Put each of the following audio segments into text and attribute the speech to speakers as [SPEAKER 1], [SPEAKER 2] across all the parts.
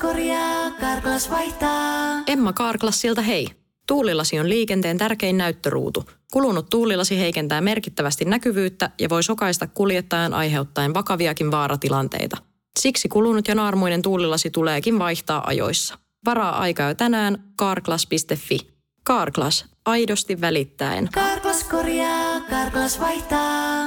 [SPEAKER 1] korjaa, Carglass vaihtaa.
[SPEAKER 2] Emma Carglassilta hei. Tuulilasi on liikenteen tärkein näyttöruutu. Kulunut tuulilasi heikentää merkittävästi näkyvyyttä ja voi sokaista kuljettajan aiheuttaen vakaviakin vaaratilanteita. Siksi kulunut ja naarmuinen tuulilasi tuleekin vaihtaa ajoissa. Varaa aikaa jo tänään carglass.fi. Carglass, aidosti välittäen.
[SPEAKER 1] Carglass korjaa, Carglass vaihtaa.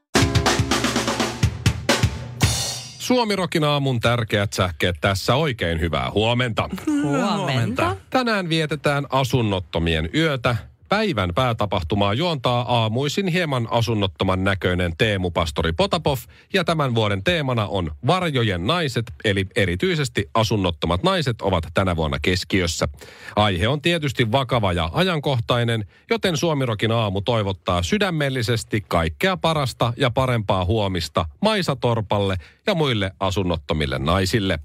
[SPEAKER 3] Suomi-rokin aamun tärkeät sähkeet tässä, oikein hyvää huomenta.
[SPEAKER 2] Huomenta.
[SPEAKER 3] Tänään vietetään asunnottomien yötä. Päivän päätapahtumaa juontaa aamuisin hieman asunnottoman näköinen Teemu Pastori Potapov. Ja tämän vuoden teemana on varjojen naiset, eli erityisesti asunnottomat naiset ovat tänä vuonna keskiössä. Aihe on tietysti vakava ja ajankohtainen, joten Suomi-rokin aamu toivottaa sydämellisesti kaikkea parasta ja parempaa huomista Maisa Torpalle ja muille asunnottomille naisille.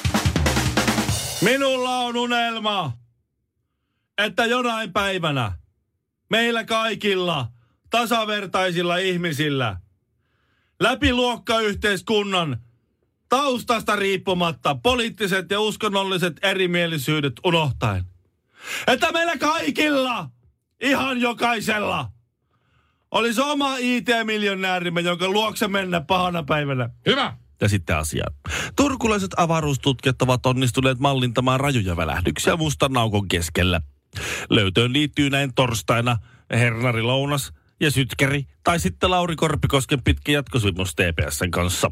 [SPEAKER 4] Minulla on unelma, että jonain päivänä meillä kaikilla tasavertaisilla ihmisillä läpi luokkayhteiskunnan taustasta riippumatta poliittiset ja uskonnolliset erimielisyydet unohtaen. Että meillä kaikilla, ihan jokaisella, olisi oma IT-miljonäärimme, jonka luokse mennä pahana päivänä.
[SPEAKER 3] Hyvä!
[SPEAKER 4] Ja sitten asiaan. Turkulaiset avaruustutkijat ovat onnistuneet mallintamaan rajuja välähdyksiä mustan aukon keskellä. Löytöön liittyy näin torstaina Hernari Lounas ja Sytkäri tai sitten Lauri Korpikosken pitkä jatkosopimus TPS:n kanssa.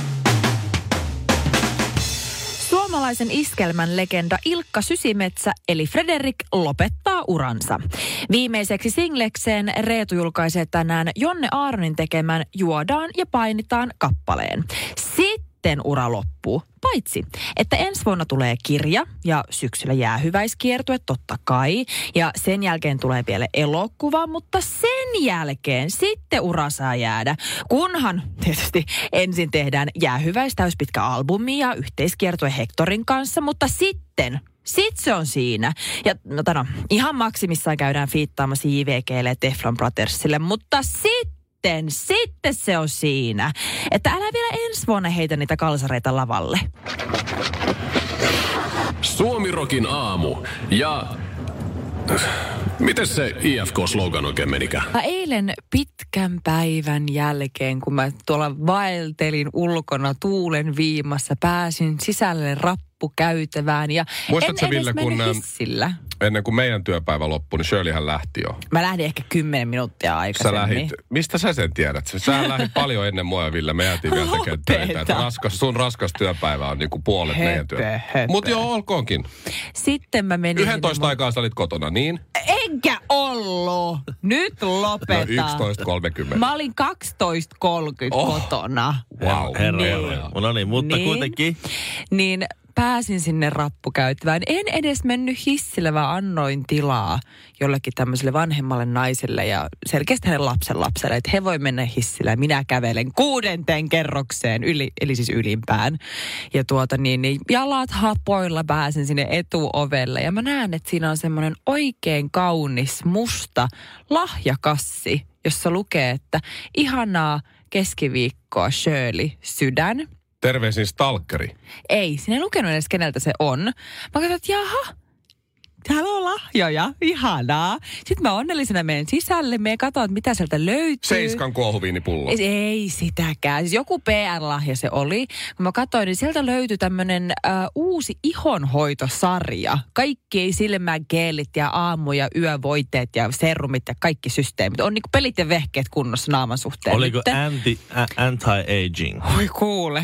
[SPEAKER 5] Suomalaisen iskelmän legenda Ilkka Sysimetsä eli Fredrik lopettaa uransa. Viimeiseksi singlekseen Reetu julkaisee tänään Jonne Aaronin tekemän Juodaan ja painitaan kappaleen. Sitten ura loppuu. Paitsi, että ensi vuonna tulee kirja ja syksyllä jäähyväiskiertue totta kai. Ja sen jälkeen tulee vielä elokuva, mutta sen jälkeen sitten ura saa jäädä. Kunhan tietysti ensin tehdään jäähyväis täyspitkä albumi ja yhteiskiertue Hectorin kanssa, mutta sitten se on siinä. Ja ihan maksimissaan käydään fiittaamassa JVG:lle ja Teflon Brothersille, mutta sitten se on siinä. Että älä vielä ensi vuonna heitä niitä kalsareita lavalle.
[SPEAKER 6] Suomi-rokin aamu ja... Mites se IFK-slogan oikein menikään?
[SPEAKER 5] Eilen pitkän päivän jälkeen, kun mä tuolla vaeltelin ulkona tuulen viimassa, pääsin sisälle rappukäytävään ja
[SPEAKER 3] muistatko,
[SPEAKER 5] en edes
[SPEAKER 3] Ville,
[SPEAKER 5] mennyt hissillä.
[SPEAKER 3] Ennen kuin meidän työpäivä loppui, niin Shirleyhän lähti jo.
[SPEAKER 5] Mä lähdin ehkä 10 minuuttia aikaisemmin.
[SPEAKER 3] Mistä sä sen tiedät? Sä lähdit paljon ennen mua ja Ville. Me jäätiin vielä tekemään töitä. Että sun raskas työpäivä on niinku puolet meidän työtä. Mutta joo, olkoonkin.
[SPEAKER 5] Sitten mä menin...
[SPEAKER 3] 11 aikaa sä olit kotona, niin?
[SPEAKER 5] Enkä ollut. Nyt lopeta.
[SPEAKER 3] No 11.30.
[SPEAKER 5] Mä olin 12.30 kotona.
[SPEAKER 3] Wow.
[SPEAKER 4] Herra. No niin, mutta
[SPEAKER 5] niin,
[SPEAKER 4] kuitenkin.
[SPEAKER 5] Niin pääsin sinne rappukäytävään. En edes mennyt hissillä, vaan annoin tilaa jollekin tämmöiselle vanhemmalle naiselle ja selkeästi hänen lapselle, että he voi mennä hissillä. Minä kävelen 6. kerrokseen, eli siis ylimpään. Ja niin jalat hapoilla pääsin sinne etuovelle. Ja mä näen, että siinä on semmoinen oikein kaunis musta lahjakassi, jossa lukee, että ihanaa keskiviikkoa Shirley, sydän.
[SPEAKER 3] Terveisin stalkeri.
[SPEAKER 5] Ei, sinä ei lukenut edes keneltä se on. Mä katsoin, että jaha, täällä on lahjoja, ihanaa. Sitten mä onnellisena menen sisälle, me katsoin, mitä sieltä löytyy.
[SPEAKER 3] Seiskan kuohuviinipullo.
[SPEAKER 5] Ei sitäkään. Siis joku PR-lahja se oli. Kun mä katsoin, niin sieltä löytyi tämmönen uusi ihonhoitosarja. Kaikki silmägeelit ja aamu- ja yövoiteet ja serumit ja kaikki systeemit. On niinku pelit ja vehkeet kunnossa naaman suhteen.
[SPEAKER 4] Oliko anti-aging?
[SPEAKER 5] Oi kuule.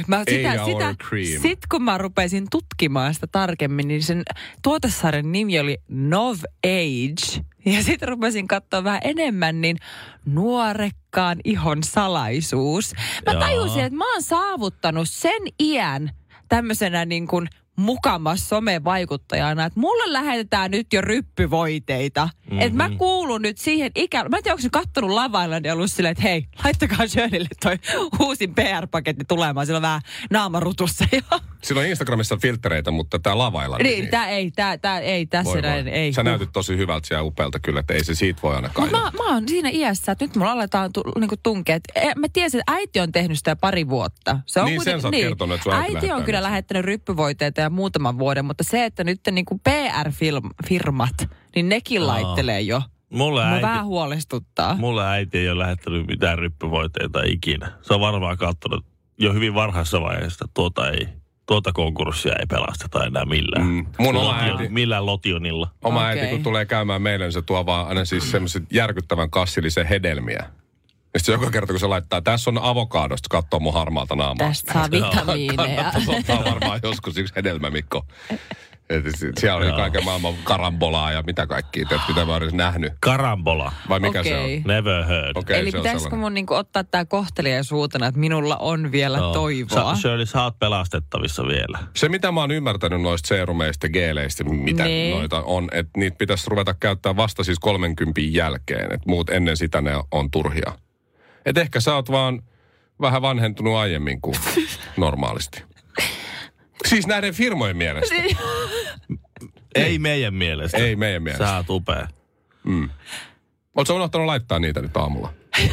[SPEAKER 5] Sitten kun mä rupesin tutkimaan sitä tarkemmin, niin sen tuotesarjan nimi oli Nov Age. Ja sitten rupesin katsoa vähän enemmän, niin nuorekkaan ihon salaisuus. Mä tajusin, että mä oon saavuttanut sen iän tämmöisenä niin kuin mukamas somevaikuttajana, että mulle lähetetään nyt jo ryppyvoiteita. Mm-hmm. Että mä kuulun nyt siihen ikään. Mä en tiedä, onko se kattonut lavailla ja ollut silleen, että hei, laittakaa Shirleylle toi uusin PR-paketti tulemaan. Sillä on vähän naamarutussa jo.
[SPEAKER 3] Sillä on Instagramissa filtreitä, mutta tää lavailla.
[SPEAKER 5] Niin, tää ei tässä näin. Ei.
[SPEAKER 3] Sä näytit tosi hyvältä ja upealta kyllä, että ei se siitä voi ainakaan.
[SPEAKER 5] Mä oon siinä iässä, että nyt mulla aletaan niinku tunkea. Mä tiesin, että äiti on tehnyt sitä pari vuotta. Se on
[SPEAKER 3] niin, sen sä oot kertonut, että sun
[SPEAKER 5] äiti on kyllä lähettänyt ryppyvoiteita vielä muutaman vuoden, mutta se, että nyt niin kuin PR-firmat, niin nekin laittelee jo. Mua vähän huolestuttaa.
[SPEAKER 4] Mulla äiti ei ole lähettänyt mitään ryppyvoiteita ikinä. Se on varmaan katsonut jo hyvin varhaisessa vaiheessa, että tuota konkurssia ei pelasteta enää millään. Millään lotionilla.
[SPEAKER 3] Oma äiti, kun tulee käymään meille, niin se tuo vaan aina siis semmoiset järkyttävän kassillisen hedelmiä. Ja sitten joka kerta, kun se laittaa, tässä on avokaadosta, katsoo mun harmaalta naamaa.
[SPEAKER 5] Tästä saa vitamiineja.
[SPEAKER 3] Kannattaisi ottaa varmaan joskus yksi hedelmämikko. Siellä oli kaiken maailman karambolaa ja mitä kaikkia, mitä mä olisin nähnyt.
[SPEAKER 4] Karambola.
[SPEAKER 3] Vai mikä se on?
[SPEAKER 4] Never heard.
[SPEAKER 3] Okay,
[SPEAKER 5] eli pitäisikö mun niinku ottaa tää kohteliaisuutena, että minulla on vielä toivoa?
[SPEAKER 4] Shirley, sä oot pelastettavissa vielä.
[SPEAKER 3] Se, mitä mä oon ymmärtänyt noista seerumeista, geeleistä, mitä noita on, että niitä pitäisi ruveta käyttää vasta siis 30 jälkeen. Että muut ennen sitä ne on turhia. Et ehkä sä oot vaan vähän vanhentunut aiemmin kuin normaalisti. Siis näiden firmojen mielestä.
[SPEAKER 4] Ei meidän mielestä.
[SPEAKER 3] Ei meidän mielestä.
[SPEAKER 4] Sä oot upea.
[SPEAKER 3] Ootko sä unohtanut laittaa niitä nyt aamulla?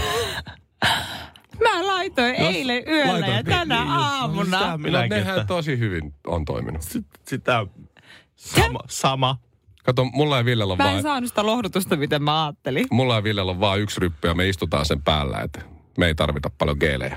[SPEAKER 5] Mä laitoin eilen yöllä ja tänä aamuna.
[SPEAKER 3] Nehän tosi hyvin on toiminut.
[SPEAKER 4] Sitä sama.
[SPEAKER 3] Kato, mulla ei Villellä
[SPEAKER 5] mä en saanut sitä lohdutusta, miten mä ajattelin.
[SPEAKER 3] Mulla ei Villellä vaan yksi ryppy ja me istutaan sen päällä, että me ei tarvita paljon geelejä.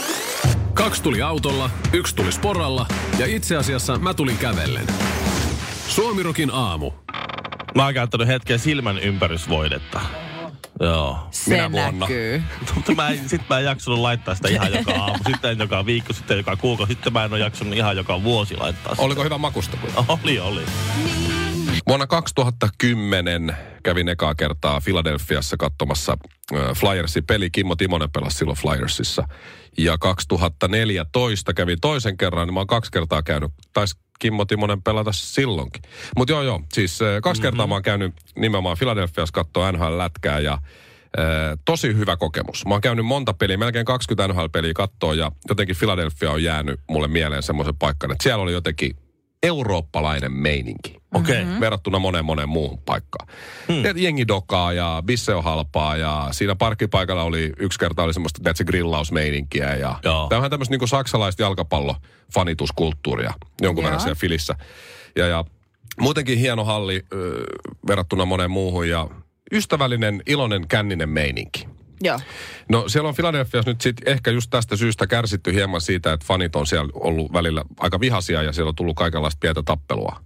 [SPEAKER 6] 2 tuli autolla, 1 tuli sporalla ja itse asiassa mä tulin kävellen. Suomirokin aamu.
[SPEAKER 4] Mä oon käyttänyt hetken silmän ympärysvoidetta. Joo.
[SPEAKER 5] Se näkyy.
[SPEAKER 4] Mutta mä en jaksanut laittaa sitä ihan joka aamu. Sitten joka viikko, sitten joka kuukausi. Sitten mä en ole jaksanut ihan joka vuosi laittaa sitä.
[SPEAKER 3] Oliko hyvä makusta?
[SPEAKER 4] Oli.
[SPEAKER 3] Vuonna 2010 kävin ekaa kertaa Philadelphiassa katsomassa Flyersin peli. Kimmo Timonen pelasi silloin Flyersissa. Ja 2014 kävin toisen kerran, niin mä oon 2 kertaa käynyt. Taisi Kimmo Timonen pelata silloinkin. Mutta joo, siis 2 kertaa mä oon käynyt nimenomaan Philadelphiassa katsoa NHL-lätkää ja tosi hyvä kokemus. Mä oon käynyt monta peliä, melkein 20 NHL-peliä katsoa ja jotenkin Philadelphia on jäänyt mulle mieleen semmoisen paikkaan, että siellä oli jotenkin eurooppalainen meininki.
[SPEAKER 4] Okei.
[SPEAKER 3] Verrattuna moneen muuhun paikkaan. Jengi dokaa ja bisse on halpaa ja siinä parkkipaikalla oli 1 kerta oli semmoista grillausmeininkiä ja tämä on vähän tämmöistä niinku saksalaista jalkapallofanituskulttuuria jonkun verran siellä Filissä. Ja muutenkin hieno halli verrattuna moneen muuhun ja ystävällinen, iloinen, känninen meininki.
[SPEAKER 5] Joo.
[SPEAKER 3] No siellä on Philadelphiassa nyt sitten ehkä just tästä syystä kärsitty hieman siitä, että fanit on siellä ollut välillä aika vihaisia ja siellä on tullut kaikenlaista pientä tappelua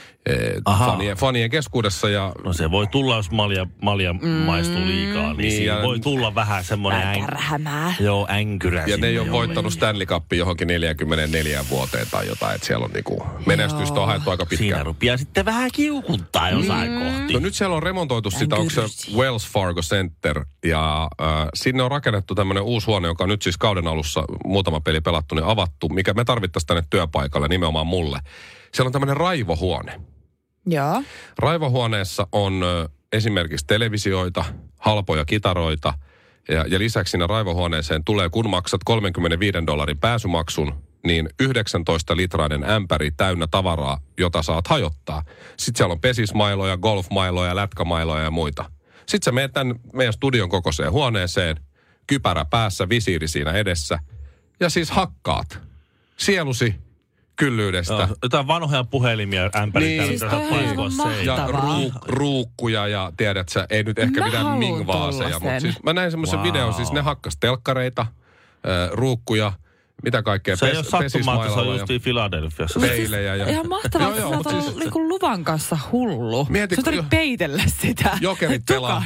[SPEAKER 3] fanien keskuudessa. Ja
[SPEAKER 4] no se voi tulla, jos malja maistuu liikaa, niin siinä voi tulla vähän semmoinen Joo, änkyrä.
[SPEAKER 3] Ja ne ei ole voittanut Stanley Cupia johonkin 44 vuoteen tai jotain, että siellä on niinku menestystä on haettu aika pitkään.
[SPEAKER 4] Siinä rupeaa sitten vähän kiukuntaa jossain kohti.
[SPEAKER 3] No nyt siellä on remontoitu sitä, onko se Wells Fargo Center, ja sinne on rakennettu tämmöinen uusi huone, joka on nyt siis kauden alussa muutama peli pelattu, niin avattu, mikä me tarvittaisiin tänne työpaikalle nimenomaan mulle. Siellä on tämmöinen raivohuone.
[SPEAKER 5] Joo.
[SPEAKER 3] Raivohuoneessa on esimerkiksi televisioita, halpoja kitaroita ja lisäksi siinä raivohuoneeseen tulee, kun maksat $35 pääsymaksun, niin 19-litrainen ämpäri täynnä tavaraa, jota saat hajottaa. Sitten siellä on pesismailoja, golfmailoja, lätkämailoja ja muita. Sitten sä menet tämän meidän studion kokoiseen huoneeseen, kypärä päässä, visiiri siinä edessä ja siis hakkaat sielusi kyllyydestä.
[SPEAKER 4] Jotain vanhoja puhelimia ämpäri
[SPEAKER 3] niin,
[SPEAKER 5] siis
[SPEAKER 3] ja ruukkuja ja tiedät sä, ei nyt ehkä mitään mingvaaseja, mutta siis mä näin semmoisen videon, siis ne hakkas telkkareita, ruukkuja, mitä kaikkea,
[SPEAKER 4] se ei ole sattumaa, että se on justiin Philadelphiassa.
[SPEAKER 3] Peilejä. Ja
[SPEAKER 5] ihan mahtavaa, että sä oot ollut niinku luvan kanssa hullu. Sä tarvitset peitellä sitä.
[SPEAKER 3] Jokerit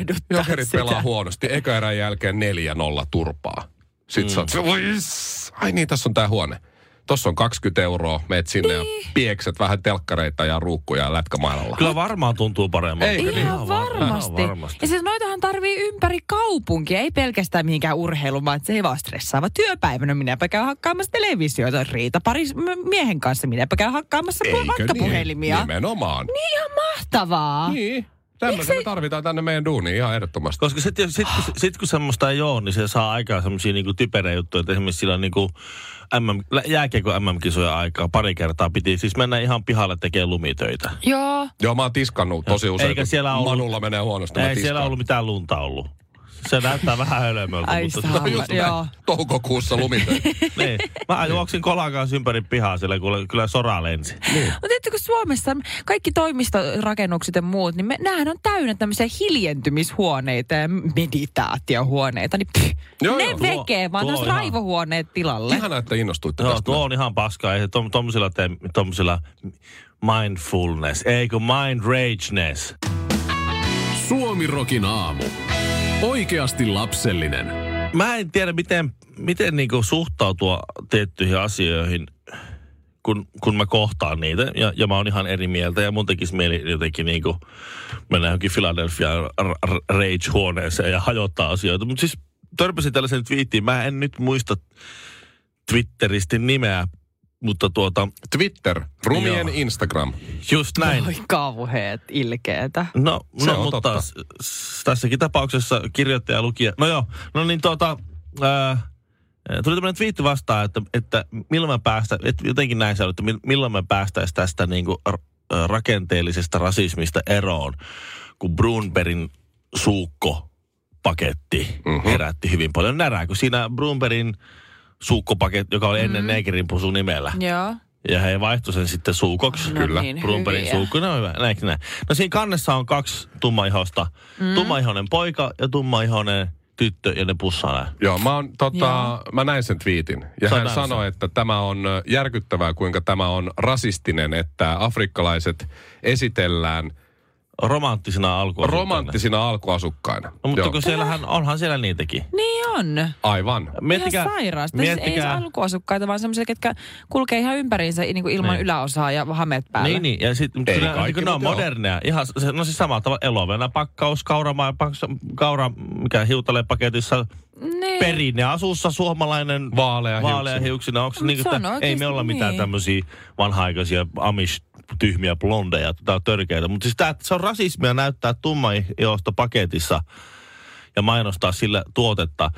[SPEAKER 3] pelaa huonosti. Eka erän jälkeen 4-0 turpaa. Sitten sä oot, ai niin, tässä on tää huone. Tossa on €20, meet sinne ja piekset vähän telkkareita ja ruukkuja ja lätkämailalla.
[SPEAKER 4] Kyllä varmaan tuntuu paremmin.
[SPEAKER 5] Ihan varmasti. Ja siis noitahan tarvii ympäri kaupunkia, ei pelkästään mihinkään urheiluun, vaan se ei vaan stressaava työpäivänä. Minäpä käy hakkaamassa televisioita, riita paris miehen kanssa, minäpä käy hakkaamassa matkapuhelimia.
[SPEAKER 3] Niin, nimenomaan.
[SPEAKER 5] Niin ihan mahtavaa.
[SPEAKER 3] Niin. Tämmöisen me tarvitaan tänne meidän duuniin ihan ehdottomasti.
[SPEAKER 4] Koska sit kun semmoista ei ole, niin se saa aikaan semmoisia niinku typerejä juttuja. Että esimerkiksi sillä niinku jääkiekon MM-kisoja aikaa pari kertaa piti siis mennä ihan pihalle tekemään lumitöitä.
[SPEAKER 5] Joo.
[SPEAKER 3] Joo, mä oon tiskannut tosi usein,
[SPEAKER 4] eikä siellä
[SPEAKER 3] Manulla menee huonosti.
[SPEAKER 4] Ei siellä ollut mitään lunta ollut. Se näyttää vähän hölmöltä.
[SPEAKER 5] Ai
[SPEAKER 4] mutta
[SPEAKER 5] saa.
[SPEAKER 3] Just
[SPEAKER 5] Joo.
[SPEAKER 3] toukokuussa lumitöitä.
[SPEAKER 4] niin. Mä juoksin kolan kanssa ympäri pihaa siellä, kun kyllä sora lensi.
[SPEAKER 5] Mutta tiedätkö, Suomessa kaikki toimistorakennukset ja muut, niin näähän on täynnä tämmöisiä hiljentymishuoneita ja meditaatiohuoneita. Niin
[SPEAKER 3] Joo,
[SPEAKER 5] ne
[SPEAKER 3] joo.
[SPEAKER 5] vekee vaan
[SPEAKER 4] tuo
[SPEAKER 5] tuossa
[SPEAKER 4] ihan-
[SPEAKER 5] raivohuoneet tilalle.
[SPEAKER 3] Ihana, että innostuitte
[SPEAKER 4] Joo,
[SPEAKER 3] tästä.
[SPEAKER 4] tuo on ihan paskaa. Ei tommosilla mindfulness, eikö mind rageness.
[SPEAKER 6] Suomirokin aamu. Oikeasti lapsellinen.
[SPEAKER 4] Mä en tiedä, miten niinku suhtautua tiettyihin asioihin, kun mä kohtaan niitä. Ja mä oon ihan eri mieltä. Ja mun tekisi mieli jotenkin niinku mennä johonkin Philadelphia rage-huoneeseen ja hajottaa asioita. Mutta siis törpäsin tällaisen twiittiin. Mä en nyt muista Twitteristä nimeä, mutta
[SPEAKER 3] Twitter, rumien
[SPEAKER 4] Joo.
[SPEAKER 3] Instagram.
[SPEAKER 4] just näin.
[SPEAKER 5] Oi kauheet, ilkeetä.
[SPEAKER 4] No
[SPEAKER 3] Se on
[SPEAKER 4] mutta
[SPEAKER 3] totta.
[SPEAKER 4] tässäkin tapauksessa kirjoittaja ja lukija. No joo, no niin tuli tämmöinen twiitti vastaan, että milloin mä päästään, että jotenkin näin sanoi, että milloin mä päästäisiin tästä niinku rakenteellisesta rasismista eroon, kun Brunbergin suukkopaketti herätti hyvin paljon närää, kun siinä Brunbergin suukkopaketti, joka oli ennen Negerin pusu nimellä.
[SPEAKER 5] Joo.
[SPEAKER 4] Ja he vaihtoi sen sitten suukoksi.
[SPEAKER 5] No
[SPEAKER 3] Kyllä.
[SPEAKER 5] niin,
[SPEAKER 4] Brunbergin
[SPEAKER 5] hyviä.
[SPEAKER 4] suukko, no hyvä, näinkö näin. No siinä kannessa on 2 tummaihoista. Tummaihoinen poika ja tummaihoinen tyttö ja ne pussaa näin.
[SPEAKER 3] Joo, mä näin sen twiitin. Ja
[SPEAKER 4] Sä
[SPEAKER 3] hän
[SPEAKER 4] näin
[SPEAKER 3] sanoi, että tämä on järkyttävää, kuinka tämä on rasistinen, että afrikkalaiset esitellään romanttisina alkuasukkaina.
[SPEAKER 4] No mutta
[SPEAKER 3] Joo.
[SPEAKER 4] kun onhan siellä niitäkin.
[SPEAKER 5] Niin on.
[SPEAKER 3] Aivan.
[SPEAKER 5] Ihan sairaasta. Siis ei se alkuasukkaita, vaan semmoisia, ketkä kulkee ihan ympäriinsä niin kuin ilman
[SPEAKER 4] Niin.
[SPEAKER 5] yläosaa ja hameet päällä.
[SPEAKER 4] Niin. Ja sitten
[SPEAKER 3] Ei
[SPEAKER 4] ne
[SPEAKER 3] kaikki,
[SPEAKER 4] on
[SPEAKER 3] mutta joo.
[SPEAKER 4] moderneja. Ihan, no siis samalla tavalla elovena pakkaus, mikä hiutalepaketissa
[SPEAKER 5] Niin.
[SPEAKER 4] perinneasussa suomalainen
[SPEAKER 3] Vaaleahiuksinen.
[SPEAKER 4] hiuksina. Onko se
[SPEAKER 5] Mut
[SPEAKER 4] niin,
[SPEAKER 5] se on
[SPEAKER 4] että ei
[SPEAKER 5] oikeesti
[SPEAKER 4] me olla mitään
[SPEAKER 5] niin.
[SPEAKER 4] tämmöisiä vanha-aikaisia tyhmiä blondeja, tämä on törkeitä. Mutta siis se on rasismia näyttää tummaihoista paketissa ja mainostaa sillä tuotetta.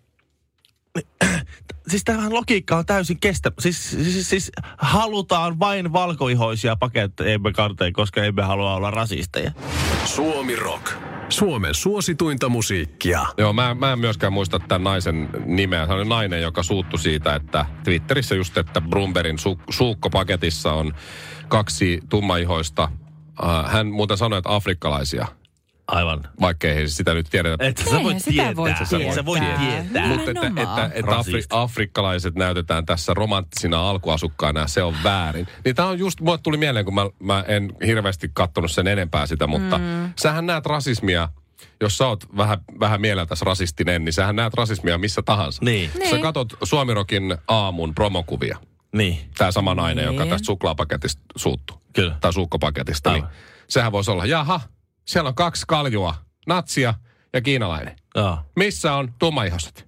[SPEAKER 4] Siis tämähän logiikka on täysin kestä. Siis halutaan vain valkoihoisia paketteja karteja, koska emme halua olla rasisteja.
[SPEAKER 6] Suomi Rock. Suomen suosituinta musiikkia.
[SPEAKER 3] Joo, mä en myöskään muista tämän naisen nimeä. Hän oli nainen, joka suuttui siitä, että Twitterissä just, että Brunbergin suukkopaketissa on 2 tummaihoista. Hän muuten sanoi, että afrikkalaisia,
[SPEAKER 4] Aivan.
[SPEAKER 3] vaikkei he sitä nyt tiedetä.
[SPEAKER 4] Et sä voi
[SPEAKER 5] Sitä
[SPEAKER 4] tietää.
[SPEAKER 5] voi
[SPEAKER 4] Sä voit tietää.
[SPEAKER 3] Mutta että
[SPEAKER 4] Rasisti.
[SPEAKER 3] afrikkalaiset näytetään tässä romanttisina alkuasukkaina ja se on väärin. Niin tää on just, mulle tuli mieleen, kun mä en hirveästi kattonut sen enempää sitä, mutta sähän näet rasismia, jos sä oot vähän mieleltäsi rasistinen, niin sähän näet rasismia missä tahansa.
[SPEAKER 4] Niin.
[SPEAKER 3] Sä katot Suomirokin aamun promokuvia.
[SPEAKER 4] Niin.
[SPEAKER 3] Tää sama nainen, joka
[SPEAKER 5] Niin.
[SPEAKER 3] tästä suklaapaketista suuttuu.
[SPEAKER 4] Kyllä.
[SPEAKER 3] Tai suukkopaketista. Niin
[SPEAKER 4] Aivan.
[SPEAKER 3] sehän voisi olla, jaha, siellä on 2 kaljua, natsia ja kiinalainen.
[SPEAKER 4] Joo.
[SPEAKER 3] Missä on tummaihoiset?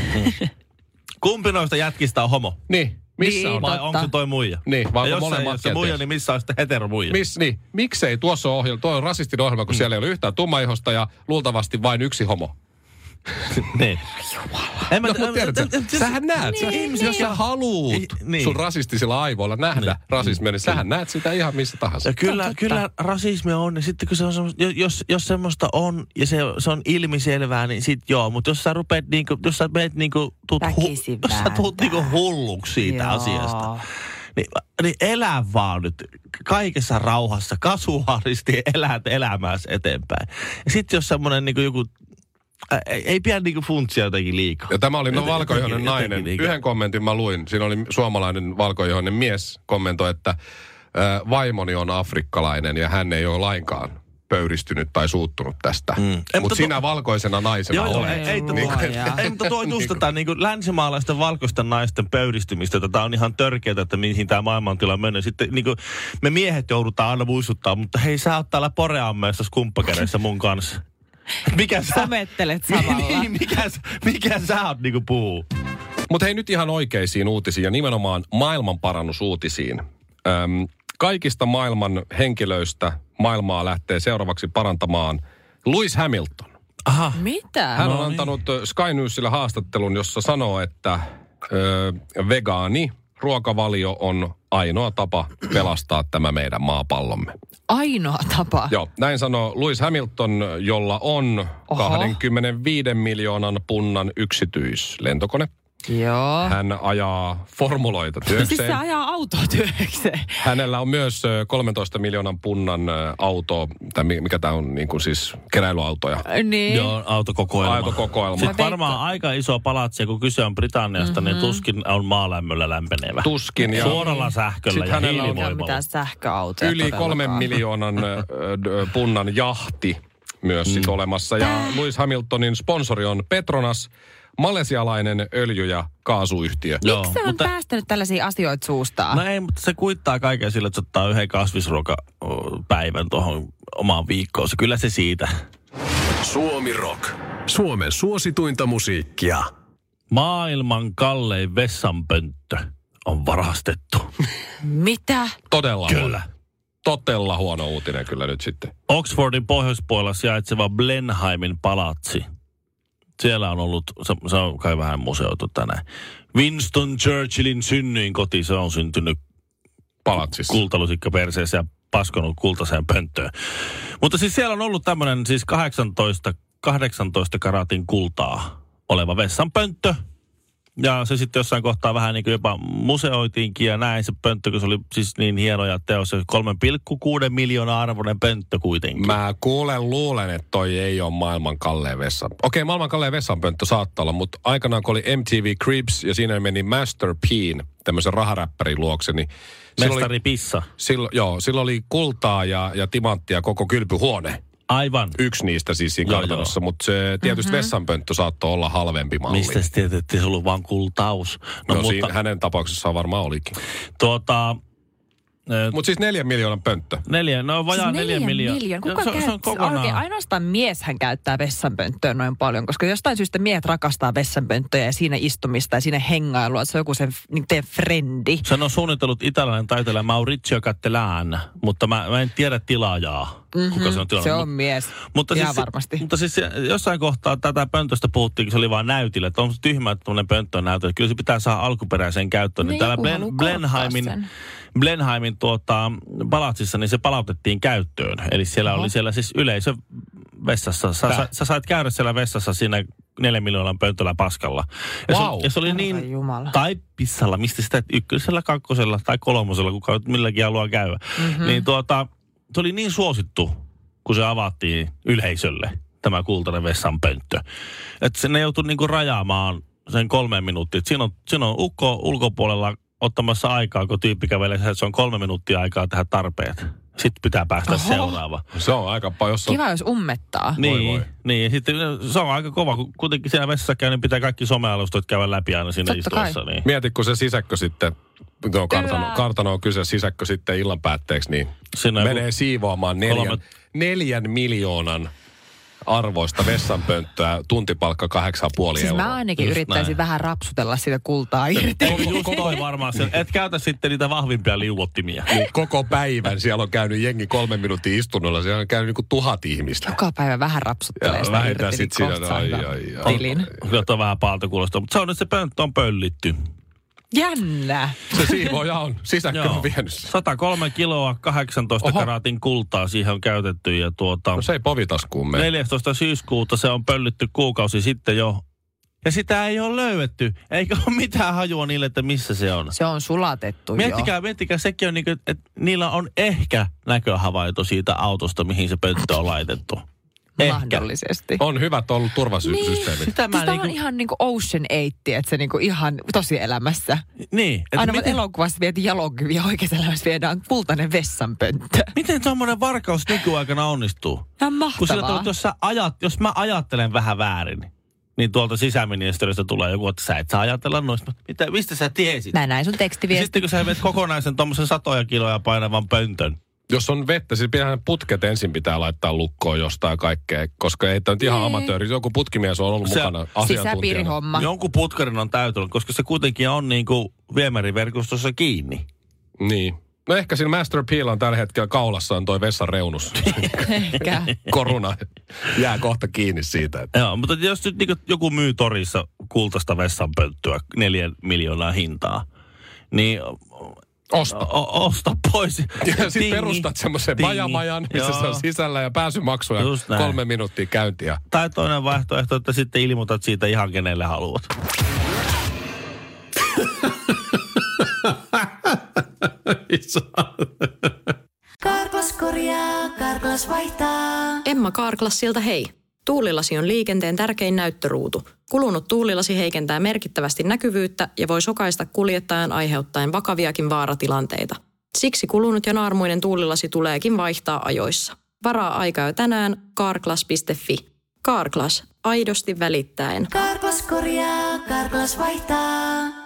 [SPEAKER 4] Kumpi noista jätkistä on homo?
[SPEAKER 3] Niin, missä
[SPEAKER 5] Niin,
[SPEAKER 3] on?
[SPEAKER 4] Vai
[SPEAKER 5] totta.
[SPEAKER 4] onko se toi muija?
[SPEAKER 3] Niin, vai
[SPEAKER 4] ja
[SPEAKER 3] onko
[SPEAKER 4] jos se ei ole
[SPEAKER 3] molemmat
[SPEAKER 4] se muija,
[SPEAKER 3] kenties?
[SPEAKER 4] niin missä on sitten heteromuija?
[SPEAKER 3] Niin, miksei tuossa on ohjelma, tuo on rasistinen ohjelma, kun siellä ei ole yhtään tummaihosta ja luultavasti vain 1 homo.
[SPEAKER 4] Niin. En mä,
[SPEAKER 3] No, mutta tiedätkö, sähän näet, jos sä haluut
[SPEAKER 4] Niin.
[SPEAKER 3] sun rasistisilla aivoilla nähdä rasismia, niin sähän näet sitä ihan missä tahansa.
[SPEAKER 4] Ja kyllä rasismia on, niin sitten kun se on semmoista, jos semmoista on ja se on ilmiselvää, niin sit joo. Mutta jos sä rupeat niinku, jos sä meet niinku,
[SPEAKER 5] Väkisin
[SPEAKER 4] jos sä tuut
[SPEAKER 5] vääntää.
[SPEAKER 4] niinku hulluksi siitä
[SPEAKER 5] Joo.
[SPEAKER 4] asiasta, niin elä vaan nyt kaikessa rauhassa, kasuaalisti elät elämääsi eteenpäin. Ja sitten jos semmoinen niinku joku, ei pidä niinku funtsia jotenkin liikaa.
[SPEAKER 3] Ja tämä oli valkoihoinen
[SPEAKER 4] Jotenkin
[SPEAKER 3] nainen.
[SPEAKER 4] niinku.
[SPEAKER 3] Yhden kommentin mä luin. Siinä oli suomalainen valkoihoinen mies kommentoi, että vaimoni on afrikkalainen ja hän ei ole lainkaan pöyristynyt tai suuttunut tästä. Mutta sinä valkoisena naisena
[SPEAKER 4] Joo,
[SPEAKER 3] olet.
[SPEAKER 4] ei, mutta tuo just tätä niin länsimaalaisten valkoisten naisten pöyristymistä. Tätä on ihan törkeätä, että mihin tämä maailmantila menee. Sitten niin kuin, me miehet joudutaan aina muistuttaa, mutta hei, sä oot täällä Poreammeessa skumppakädessä mun kanssa. Mikä sä...
[SPEAKER 5] Somettelet samalla.
[SPEAKER 4] Niin, mikä sä oot niinku puhuu?
[SPEAKER 3] Mutta hei nyt ihan oikeisiin uutisiin ja nimenomaan maailmanparannusuutisiin. Kaikista maailman henkilöistä maailmaa lähtee seuraavaksi parantamaan Lewis Hamilton.
[SPEAKER 4] Aha.
[SPEAKER 5] Mitä?
[SPEAKER 3] Hän on antanut Sky Newsille haastattelun, jossa sanoo, että vegaani ruokavalio on ainoa tapa pelastaa tämä meidän maapallomme.
[SPEAKER 5] Ainoa tapa.
[SPEAKER 3] Joo, näin sanoo Lewis Hamilton, jolla on 25 miljoonan punnan yksityislentokone.
[SPEAKER 5] Joo.
[SPEAKER 3] Hän ajaa formuloita työkseen.
[SPEAKER 5] Siis se ajaa autoa työkseen.
[SPEAKER 3] Hänellä on myös 13 miljoonan punnan auto, tai mikä tämä on, niin kuin siis keräilyautoja.
[SPEAKER 5] Niin.
[SPEAKER 4] Joo, autokokoelma.
[SPEAKER 3] Autokokoelma.
[SPEAKER 4] Sitten varmaan aika iso palatsi, kun kyse on Britanniasta, niin tuskin on maalämmöllä lämpenevä.
[SPEAKER 3] Tuskin. Ja
[SPEAKER 4] suoralla sähköllä ja hiilivoimalla.
[SPEAKER 5] Mitään sähköautoja.
[SPEAKER 3] Yli 3 miljoonan punnan jahti myös sit olemassa. Ja Lewis Hamiltonin sponsori on Petronas, malesialainen öljy- ja kaasuyhtiö.
[SPEAKER 5] Miksi se on päästänyt tällaisia asioita suustaan?
[SPEAKER 4] No ei, mutta se kuittaa kaiken sillä, että se ottaa yhden kasvisruokapäivän tuohon omaan viikkoon. Kyllä se siitä.
[SPEAKER 6] Suomi Rock. Suomen suosituinta musiikkia.
[SPEAKER 4] Maailman kallein vessanpönttö on varastettu.
[SPEAKER 5] Mitä?
[SPEAKER 3] Todella huono uutinen kyllä nyt sitten.
[SPEAKER 4] Oxfordin pohjoispuolella sijaitseva Blenheimin palatsi. Siellä on ollut, se on kai vähän museoitu tänään. Winston Churchillin synnyinkoti, se on syntynyt
[SPEAKER 3] Palatsissa.
[SPEAKER 4] Kultalusikka perseessä ja paskonut kultaseen pönttöön. Mutta siis siellä on ollut tämmöinen siis 18 karatin kultaa oleva vessanpönttö. Ja se sitten jossain kohtaa vähän niin kuin jopa museoitiinkin ja näin se pönttö, kun se oli siis niin hieno ja teos. 3,6 miljoonaa arvoinen pönttö kuitenkin.
[SPEAKER 3] Mä luulen, että toi ei ole maailman kallein vessan. Okei, maailman kallein vessanpönttö saattaa olla, mutta aikanaan kun oli MTV Cribs ja siinä meni Master P:n, tämmöisen raharäppärin luokse, niin
[SPEAKER 4] Mestari Pissa.
[SPEAKER 3] Silloin oli kultaa ja timanttia koko kylpyhuone.
[SPEAKER 4] Aivan.
[SPEAKER 3] Yksi niistä siis siinä kartanossa, mutta se tietysti vessanpönttö saattoi olla halvempi malli.
[SPEAKER 4] Mistä sä tiedät, että se ollut vaan kultaus?
[SPEAKER 3] No siinä hänen tapauksessaan varmaan olikin. Mutta siis 4 miljoonan pönttö.
[SPEAKER 4] Vajaa 4 miljoonaa.
[SPEAKER 5] Kuka käyttää? Ainoastaan mieshän käyttää vessanpönttöä noin paljon, koska jostain syystä miehet rakastaa vessanpönttöjä ja siinä istumista ja siinä hengailua. Se on joku sen teidän frendi.
[SPEAKER 4] Sen on suunnitellut italialainen taiteilija Maurizio Cattelan, mutta mä en tiedä tilaajaa. Kuka se on tilannut.
[SPEAKER 5] Se on mies.
[SPEAKER 4] Mutta ihan siis, varmasti. Mutta siis jossain kohtaa tätä pöntöstä puhuttiin, kun se oli vaan näytillä. Että on tyhmä, että tämmöinen pönttö on näytillä. Kyllä se pitää saada alkuperäiseen käyttöön. Niin täällä Blenheimin palatsissa, niin se palautettiin käyttöön. Eli siellä oli siellä siis yleisö vessassa. Sä sait käydä siellä vessassa siinä 4 miljoonan pöntöllä paskalla. Ja se oli niin, tai pissalla, mistä sitä ykkösellä, kakkosella tai kolmosella, kuka milläkin haluaa käydä. Niin se oli niin suosittu, kun se avattiin yleisölle, tämä kultainen vessanpönttö. Että ne joutui niinku rajaamaan sen 3 minuuttia. Siinä on ukko ulkopuolella ottamassa aikaa, kun tyyppi kävelee, että se on 3 minuuttia aikaa tehdä tarpeet. Sitten pitää päästä seuraava.
[SPEAKER 3] Se on aika paljon.
[SPEAKER 5] Kiva, jos ummettaa.
[SPEAKER 4] Niin. Sitten se on aika kova, kun kuitenkin siellä vessassa käy, niin pitää kaikki somealustot käydä läpi aina siinä istuessa. Niin.
[SPEAKER 3] Mieti, kun se sisäkkö sitten, kartano on kyse, sisäkkö sitten illan päätteeksi, niin siinä menee siivoamaan 4 miljoonan arvoista vessanpönttöä, tuntipalkka 8,5
[SPEAKER 5] siis
[SPEAKER 3] euroa.
[SPEAKER 5] Mä ainakin yrittäisin vähän rapsutella sitä kultaa irti.
[SPEAKER 4] Koko varmaan se, et käytä sitten niitä vahvimpia liuottimia.
[SPEAKER 3] Niin, koko päivän siellä on käynyt jengi 3 minuutin istunnolla, siellä on käynyt niinku 1000 ihmistä.
[SPEAKER 5] Joka päivä vähän rapsuttelee sitä irti, niin kohta saa tilin.
[SPEAKER 4] Kyllä on vähän paalta kuulostaa, mutta se on nyt se pönttö on pöllitty.
[SPEAKER 5] Jännä.
[SPEAKER 3] Se siivoja on. Sisäkkö on vienyt.
[SPEAKER 4] 103 kiloa 18 karatin kultaa siihen on käytetty. Ja
[SPEAKER 3] no se ei povitaskuun mene.
[SPEAKER 4] 14. syyskuuta se on pöllitty kuukausi sitten jo. Ja sitä ei ole löydetty. Eikä ole mitään hajua niille, että missä se on.
[SPEAKER 5] Se on sulatettu
[SPEAKER 4] Miettikää, sekin on niin kuin, että niillä on ehkä näköhavainto siitä autosta, mihin se pönttö on laitettu.
[SPEAKER 5] Mahdollisesti.
[SPEAKER 3] On hyvät ollut turvasysteemit.
[SPEAKER 5] Tämä on ihan niin kuin Ocean 8, että se niin kuin ihan tosielämässä.
[SPEAKER 4] Niin.
[SPEAKER 5] Aina elokuvassa vietiin jalokuvia, oikeassa elämässä viedään kultainen vessanpönttö.
[SPEAKER 4] Miten tuommoinen varkaus nykyaikana onnistuu?
[SPEAKER 5] Ihan mahtavaa.
[SPEAKER 4] Kun jos mä ajattelen vähän väärin, niin tuolta sisäministeriöstä tulee joku, että sä et saa ajatella noista. Mistä sä tiesit?
[SPEAKER 5] Mä näin sun tekstiviestin.
[SPEAKER 4] Sitten kun sä vet kokonaisen tommosen 100 kiloja painavan pöntön.
[SPEAKER 3] Jos on vettä, siis putket ensin pitää laittaa lukkoon jostain kaikkea, koska ei tämä nyt ihan amatööri. Joku putkimies on ollut mukana asiantuntijana.
[SPEAKER 5] Sisäpiirihomma.
[SPEAKER 4] Jonkun putkarin on täytynyt, koska se kuitenkin on niin kuin viemäriverkostossa kiinni.
[SPEAKER 3] Niin. No ehkä siinä Master P:llä on tällä hetkellä kaulassaan toi vessan reunus.
[SPEAKER 5] Ehkä.
[SPEAKER 3] Koruna jää kohta kiinni siitä. Että.
[SPEAKER 4] Joo, mutta jos nyt niin joku myy torissa kultaista vessanpönttöä 4 miljoonaa hintaa, niin Osta pois.
[SPEAKER 3] Ja sitten perustat semmoisen bajamajan, missä se on sisällä ja pääsymaksuja 3 minuuttia käyntiä.
[SPEAKER 4] Tai toinen vaihtoehto, että sitten ilmoitat siitä ihan kenelle haluat.
[SPEAKER 1] Karklas korjaa, Karklas vaihtaa.
[SPEAKER 2] Emma Karklassilta hei. Tuulilasi on liikenteen tärkein näyttöruutu. Kulunut tuulilasi heikentää merkittävästi näkyvyyttä ja voi sokaista kuljettajan aiheuttaen vakaviakin vaaratilanteita. Siksi kulunut ja naarmuinen tuulilasi tuleekin vaihtaa ajoissa. Varaa aikaa jo tänään karklas.fi. Karklas, aidosti välittäen.
[SPEAKER 1] Karklas korjaa, Karklas vaihtaa.